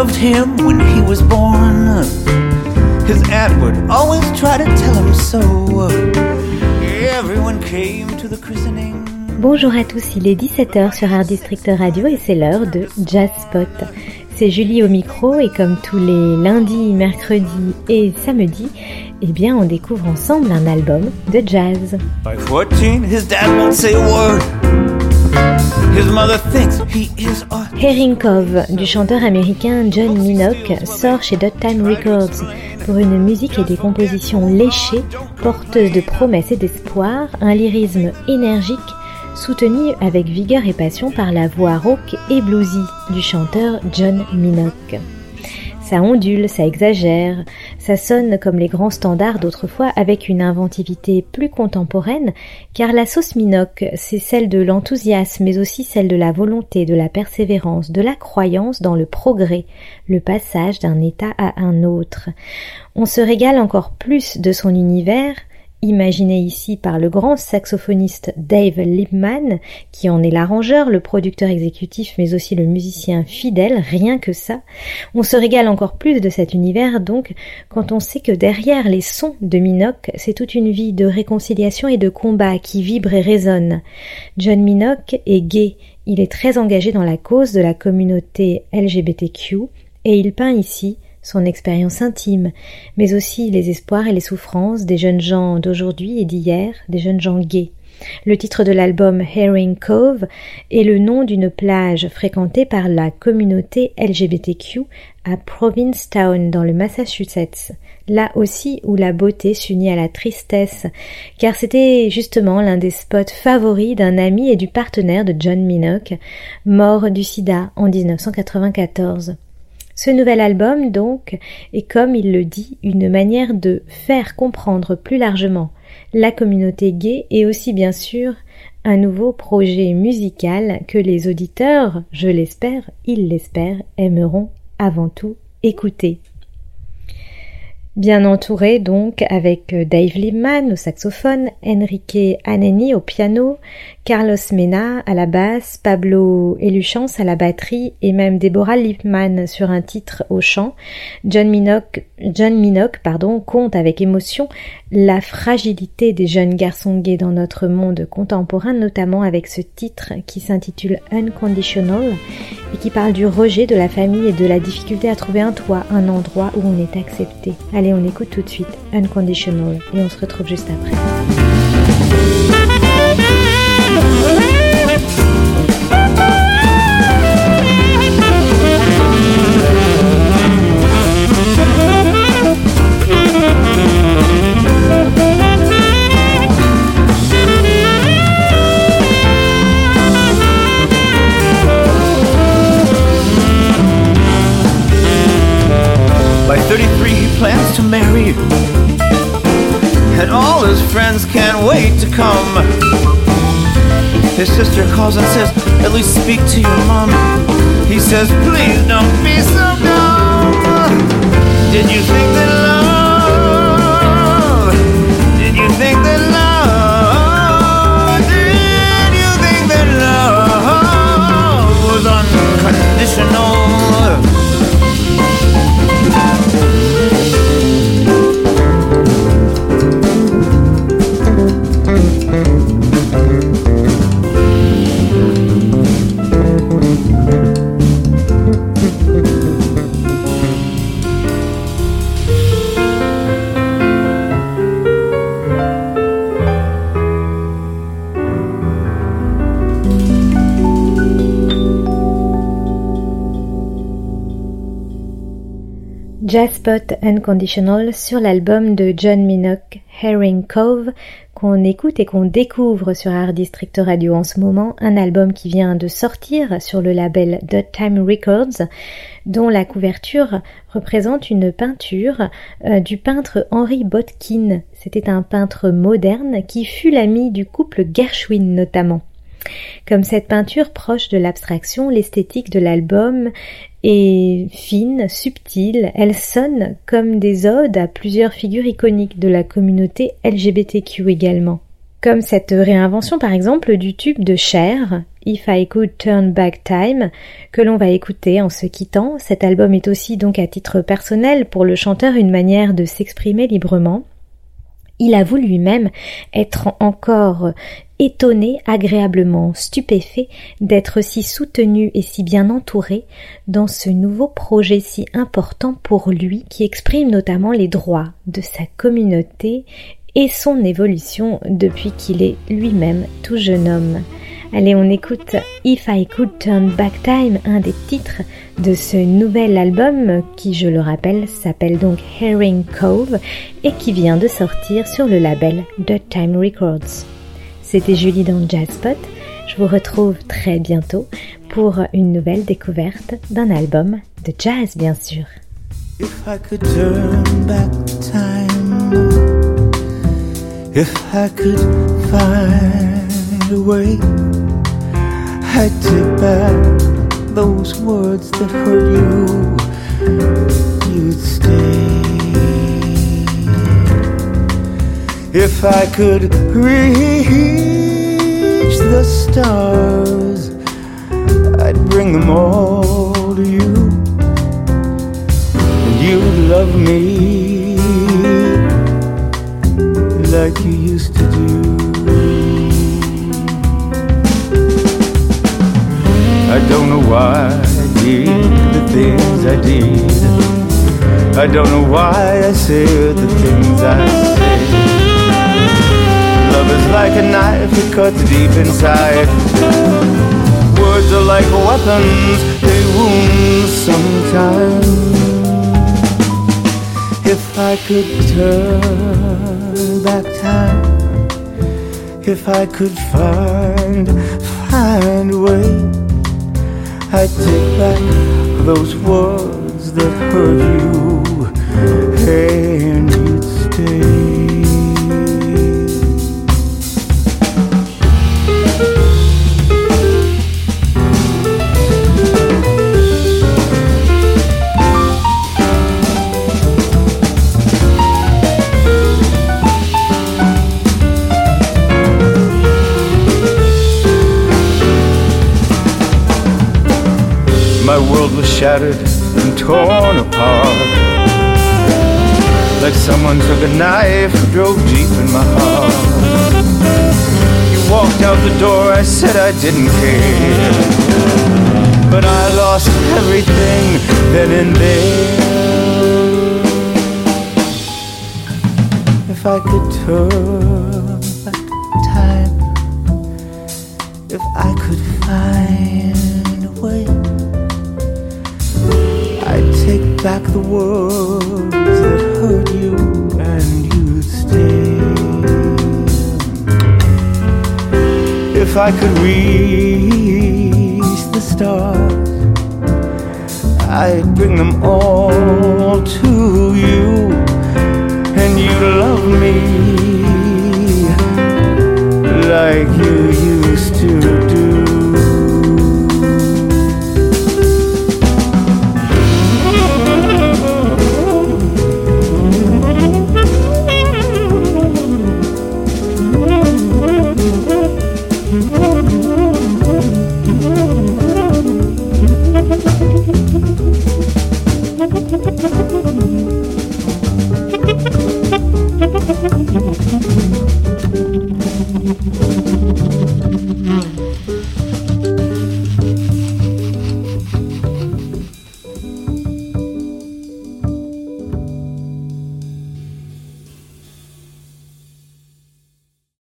loved him when he was born. His aunt would always try to tell him so. Everyone came to the christening. Bonjour à tous, il est 17h sur Art District Radio et c'est l'heure de Jazz Spot. C'est Julie au micro et comme tous les lundis, mercredis et samedis, eh bien on découvre ensemble un album de jazz. By 14, his dad won't say a word. His mother thinks he is a... Herring Cove du chanteur américain John Minock sort chez Dot Time Records pour une musique et des compositions léchées, porteuses de promesses et d'espoir, un lyrisme énergique soutenu avec vigueur et passion par la voix rauque et bluesy du chanteur John Minock. Ça ondule, ça exagère, ça sonne comme les grands standards d'autrefois avec une inventivité plus contemporaine, car la sauce Minock, c'est celle de l'enthousiasme, mais aussi celle de la volonté, de la persévérance, de la croyance dans le progrès, le passage d'un état à un autre. On se régale encore plus de son univers, imaginé ici par le grand saxophoniste Dave Liebman, qui en est l'arrangeur, le producteur exécutif, mais aussi le musicien fidèle, rien que ça. On se régale encore plus de cet univers, donc, quand on sait que derrière les sons de Minock, c'est toute une vie de réconciliation et de combat qui vibre et résonne. John Minock est gay, il est très engagé dans la cause de la communauté LGBTQ, et il peint ici son expérience intime, mais aussi les espoirs et les souffrances des jeunes gens d'aujourd'hui et d'hier, des jeunes gens gays. Le titre de l'album Herring Cove est le nom d'une plage fréquentée par la communauté LGBTQ à Provincetown dans le Massachusetts, là aussi où la beauté s'unit à la tristesse, car c'était justement l'un des spots favoris d'un ami et du partenaire de John Minock, mort du sida en 1994. Ce nouvel album, donc, est, comme il le dit, une manière de faire comprendre plus largement la communauté gay et aussi, bien sûr, un nouveau projet musical que les auditeurs, je l'espère, ils l'espèrent, aimeront avant tout écouter. Bien entouré donc avec Dave Liebman au saxophone, Enrique Aneni au piano, Carlos Mena à la basse, Pablo Eluchans à la batterie et même Deborah Liebman sur un titre au chant, John Minock, compte avec émotion la fragilité des jeunes garçons gays dans notre monde contemporain, notamment avec ce titre qui s'intitule Unconditional et qui parle du rejet de la famille et de la difficulté à trouver un toit, un endroit où on est accepté. Allez, on écoute tout de suite Unconditional et on se retrouve juste après. By 33 he plans to marry, and all his friends can't wait to come. His sister calls and says, at least speak to your mom. He says, please don't be so dumb. Did you think that love? Did you think that love? Did you think that love was unconditional? Jazz Spot Unconditional sur l'album de John Minock, Herring Cove, qu'on écoute et qu'on découvre sur Art District Radio en ce moment, un album qui vient de sortir sur le label Dot Time Records, dont la couverture représente une peinture du peintre Henry Botkin. C'était un peintre moderne qui fut l'ami du couple Gershwin notamment. Comme cette peinture proche de l'abstraction, l'esthétique de l'album est fine, subtile, elle sonne comme des odes à plusieurs figures iconiques de la communauté LGBTQ également. Comme cette réinvention par exemple du tube de Cher, If I Could Turn Back Time, que l'on va écouter en se quittant. Cet album est aussi donc à titre personnel pour le chanteur une manière de s'exprimer librement. Il avoue lui-même être encore étonné, agréablement stupéfait d'être si soutenu et si bien entouré dans ce nouveau projet si important pour lui qui exprime notamment les droits de sa communauté et son évolution depuis qu'il est lui-même tout jeune homme. Allez, on écoute If I Could Turn Back Time, un des titres de ce nouvel album qui, je le rappelle, s'appelle donc Herring Cove et qui vient de sortir sur le label Dot Time Records. C'était Julie dans Jazzpot. Je vous retrouve très bientôt pour une nouvelle découverte d'un album de jazz, bien sûr. If I could turn back time, if I could find a way, I'd take back those words that hurt you, you'd stay. If I could reach the stars, I'd bring them all to you, and you'd love me like you used to do. I don't know why I did the things I did. I don't know why I said the things I said. Love is like a knife, it cuts deep inside. Words are like weapons, they wound sometimes. If I could turn back time, if I could find a way, I'd take back those words that hurt you, and you'd stay. My world was shattered and torn apart, like someone took a knife and drove deep in my heart. You walked out the door, I said I didn't care, but I lost everything then and there. If I could turn back time, if I could find a way, I'd take back the words that hurt you, and you'd stay. If I could reach the stars, I'd bring them all to you, and you'd love me